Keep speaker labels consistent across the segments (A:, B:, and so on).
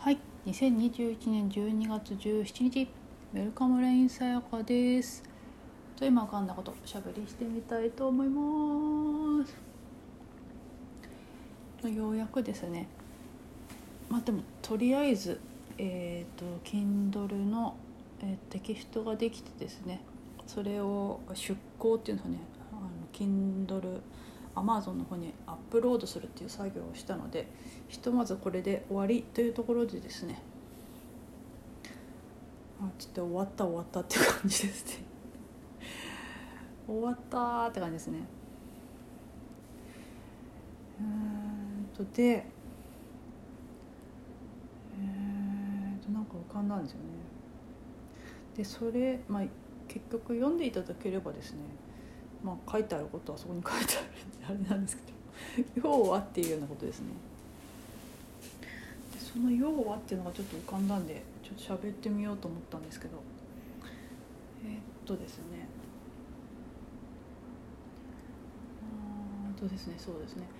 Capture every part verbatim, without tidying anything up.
A: はい、にせんにじゅういちねんじゅうにがつじゅうしちにち、ウェルカムレインさやかです。と今浮かんだことしゃべりしてみたいと思います。ようやくですね、まあでもとりあえずえっ、ー、と Kindle の、えー、テキストができてですね、それを出稿っていうのをね、あの Kindle Amazon の方にアップロードするっていう作業をしたので、ひとまずこれで終わりというところでですね、あちょっと終わった終わったっていう感じですね終わったって感じですね。うーんとでえーとなんか浮かんだんですよね。でそれ、まあ、結局読んでいただければですね、まあ、書いてあることはそこに書いてあるんであれなんですけど要はっていうようなことですね。でその要はっていうのがちょっと浮かんだんでちょっと喋ってみようと思ったんですけど、えー、っとですねあーとですねそうですね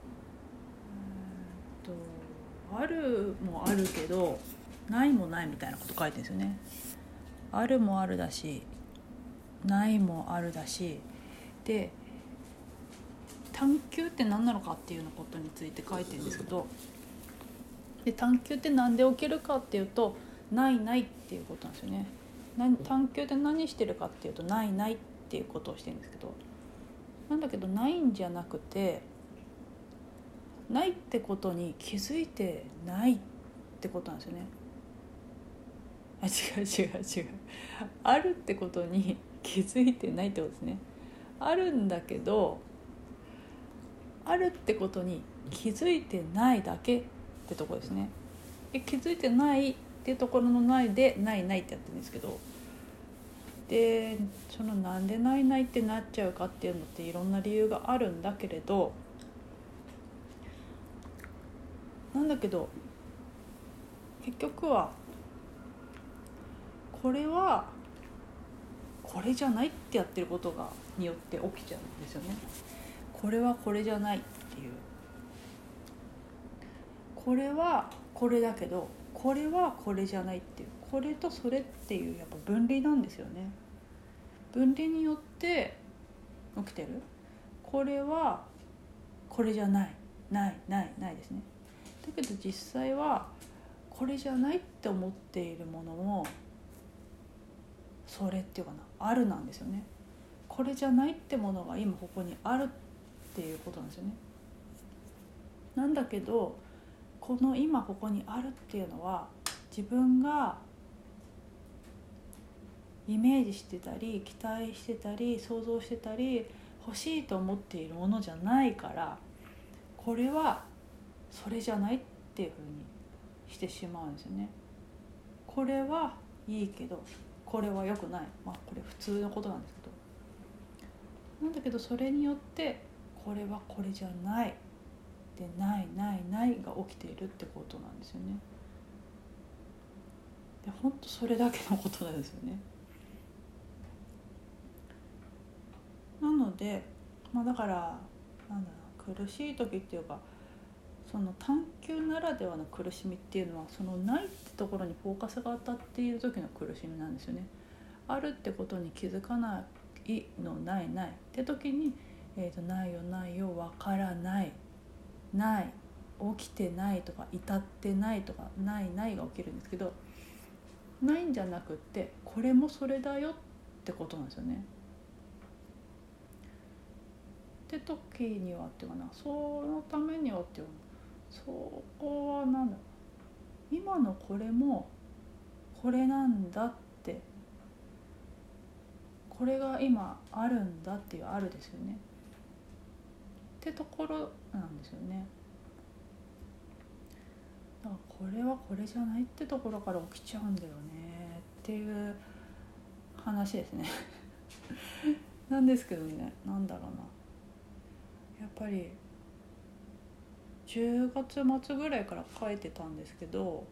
A: うーんとあるもあるけどないもないみたいなこと書いてるんですよね。あるもあるだしないもあるだしで探求って何なのかっていうようなことについて書いてるんですけど、で探求って何で起きるかっていうとないないっていうことなんですよね。探求って何してるかっていうとないないっていうことをしてるんですけど、なんだけどないんじゃなくてないってことに気づいてないってことなんですよね。あ違う違う違うあるってことに気づいてないってことですね。あるんだけどあるってことに気づいてないだけってとこですね。で気づいてないっていうところのないでないないってやってるんですけど、でそのなんでないないってなっちゃうかっていうのっていろんな理由があるんだけれど、なんだけど結局はこれはこれじゃないってやってることがによって起きちゃうんですよね。これはこれじゃないっていう、これはこれだけどこれはこれじゃないっていう、これとそれっていうやっぱ分離なんですよね。分離によって起きてる、これはこれじゃないないないないですね。だけど実際はこれじゃないって思っているものもそれっていうかなあるなんですよね。これじゃないってものが今ここにあるっていうことなんですよね。なんだけどこの今ここにあるっていうのは自分がイメージしてたり期待してたり想像してたり欲しいと思っているものじゃないから、これはそれじゃないっていうふうにしてしまうんですよね。これはいいけどこれは良くない、まあこれ普通のことなんですけど、なんだけどそれによってこれはこれじゃないでないないないが起きているってことなんですよね。で本当それだけのことなんですよね。なので、まあ、だからなんだろう、苦しい時っていうかその探求ならではの苦しみっていうのはそのないってところにフォーカスが当たっている時の苦しみなんですよね。あるってことに気づかないのないないって時に、えー、とないよないよわからないない起きてないとか至ってないとかないないが起きるんですけど、ないんじゃなくってこれもそれだよってことなんですよね。って時にはっていうかな、そのためにはっていうかそこはなんだろう、今のこれもこれなんだって、これが今あるんだっていうあるですよねってところなんですよね。だからこれはこれじゃないってところから起きちゃうんだよねっていう話ですねなんですけどね、なんだろうな、やっぱりじゅうがつまつぐらいから書いてたんですけど、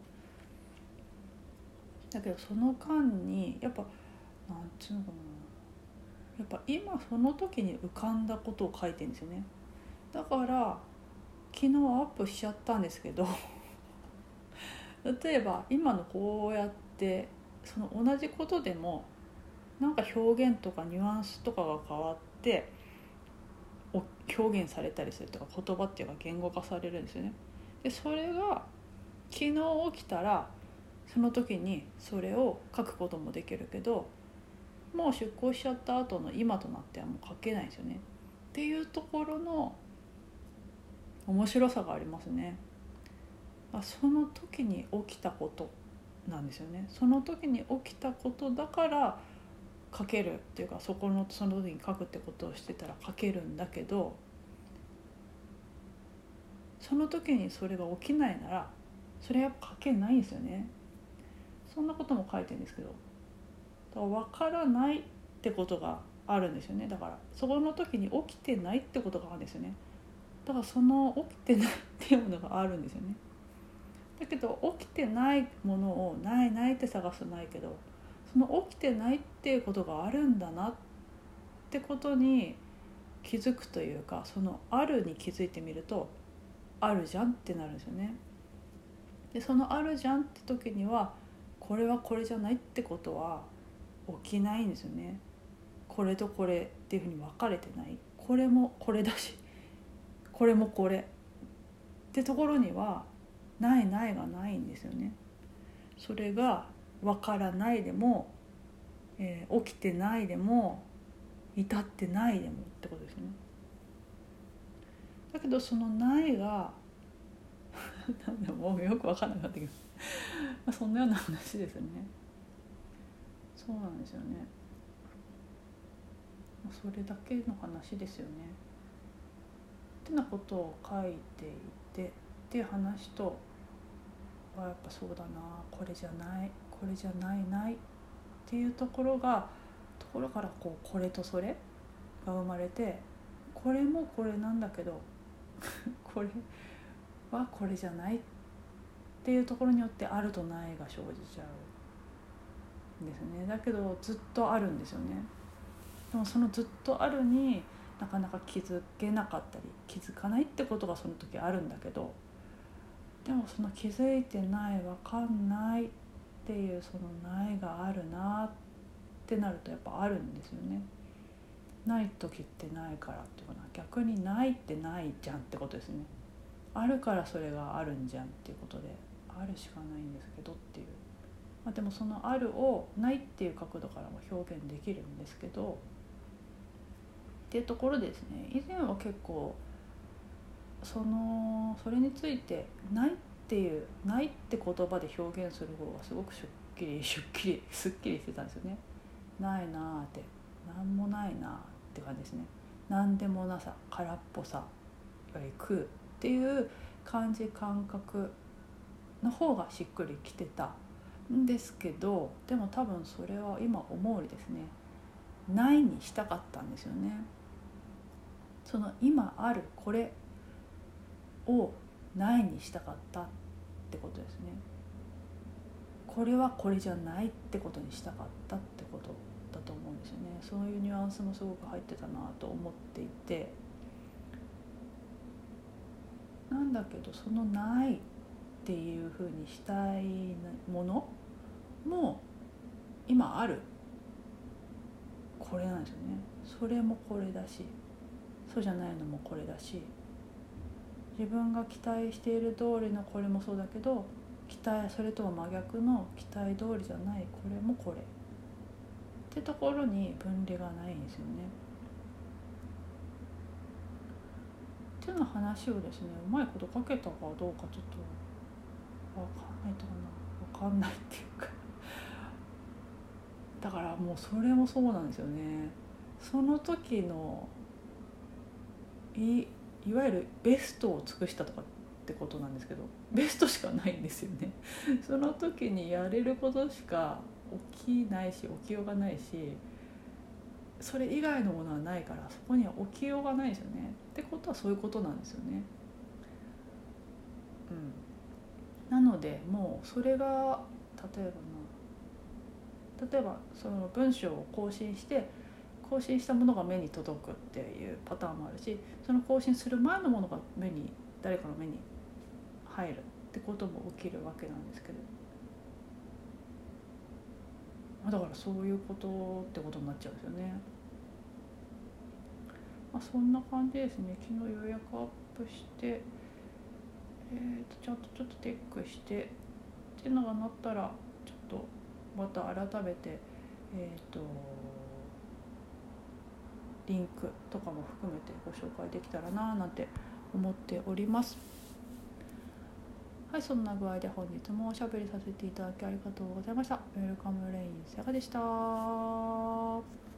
A: だけどその間にやっぱなんつうのかな、やっぱ今その時に浮かんだことを書いてるんですよね。だから昨日アップしちゃったんですけど例えば今のこうやってその同じことでもなんか表現とかニュアンスとかが変わって表現されたりするとか、言葉っていうか言語化されるんですよね。でそれが昨日起きたらその時にそれを書くこともできるけど、もう出航しちゃった後の今となってはもう書けないんですよねっていうところの面白さがありますね。その時に起きたことなんですよね。その時に起きたことだから書けるっていうか、そこのその時に書くってことをしてたら書けるんだけど、その時にそれが起きないならそれは書けないんですよね。そんなことも書いてるんですけど、だから分からないってことがあるんですよね。だからそこの時に起きてないってことがあるんですよね。だからその起きてないっていうものがあるんですよね。だけど起きてないものをないないって探すとないけど、その起きてないっていうことがあるんだなってことに気づくというか、そのあるに気づいてみるとあるじゃんってなるんですよね。でそのあるじゃんって時にはこれはこれじゃないってことは起きないんですよね。これとこれっていうふうに分かれてない、これもこれだしこれもこれってところにはないないがないんですよね。それが分からないでも、えー、起きてないでも至ってないでもってことですね。だけどそのないがなんだもうよく分からなかったけどまあそんなような話ですよね。そうなんですよね。それだけの話ですよね。ってなことを書いていてっていう話と、やっぱそうだな、これじゃないこれじゃないないっていうところがところからこうこれとそれが生まれて、これもこれなんだけどこれはこれじゃないっていうところによってあるとないが生じちゃうんですね。だけどずっとあるんですよね。でもそのずっとあるになかなか気づけなかったり気づかないってことがその時あるんだけど、でもその気づいてない分かんないっていうそのないがあるなってなるとやっぱあるんですよね。ない時ってないからっていうかな、逆にないってないじゃんってことですね。あるからそれがあるんじゃんっていうことで、あるしかないんですけどっていう、まあ、でもそのあるをないっていう角度からも表現できるんですけどっていうところでですね、以前は結構そのそれについてないっていうないって言葉で表現する方がすごくしゅっきりしゅっきりすっきりしてたんですよね。ないなーって、なんもないなーって感じですね。なんでもなさ、空っぽさより食うっていう感じ感覚の方がしっくりきてたんですけど、でも多分それは今思うにですね、ないにしたかったんですよね。その今あるこれをないにしたかったってことですね。これはこれじゃないってことにしたかったってことだと思うんですよね。そういうニュアンスもすごく入ってたなと思っていて、なんだけどそのないっていう風にしたいものも今あるこれなんですよね。それもこれだし、そうじゃないのもこれだし、自分が期待している通りのこれもそうだけど、期待それとは真逆の期待通りじゃないこれもこれってところに分離がないんですよね。っていうような話をですね、うまいこと書けたかどうかちょっと分かんないとかな分かんないっていうかだからもうそれもそうなんですよね。その時の い, いわゆるベストを尽くしたとかってことなんですけど、ベストしかないんですよね。その時にやれることしか起きないし起きようがないし、それ以外のものはないからそこには起きようがないですよね。ってことはそういうことなんですよね。うん、なのでもうそれが例えばな例えばその文章を更新して更新したものが目に届くっていうパターンもあるし、その更新する前のものが目に誰かの目に入るっってことも起きるわけなんですけど、だからそういうことってことになっちゃうんですよね。まあ、そんな感じですね。昨日予約アップして、えー、とちゃんとちょっとチェックしてっていうのがなったら、ちょっとまた改めて、えー、とリンクとかも含めてご紹介できたらななんて思っております。はい、そんな具合で本日もおしゃべりさせていただきありがとうございました。ウェルカムレインさやかでした。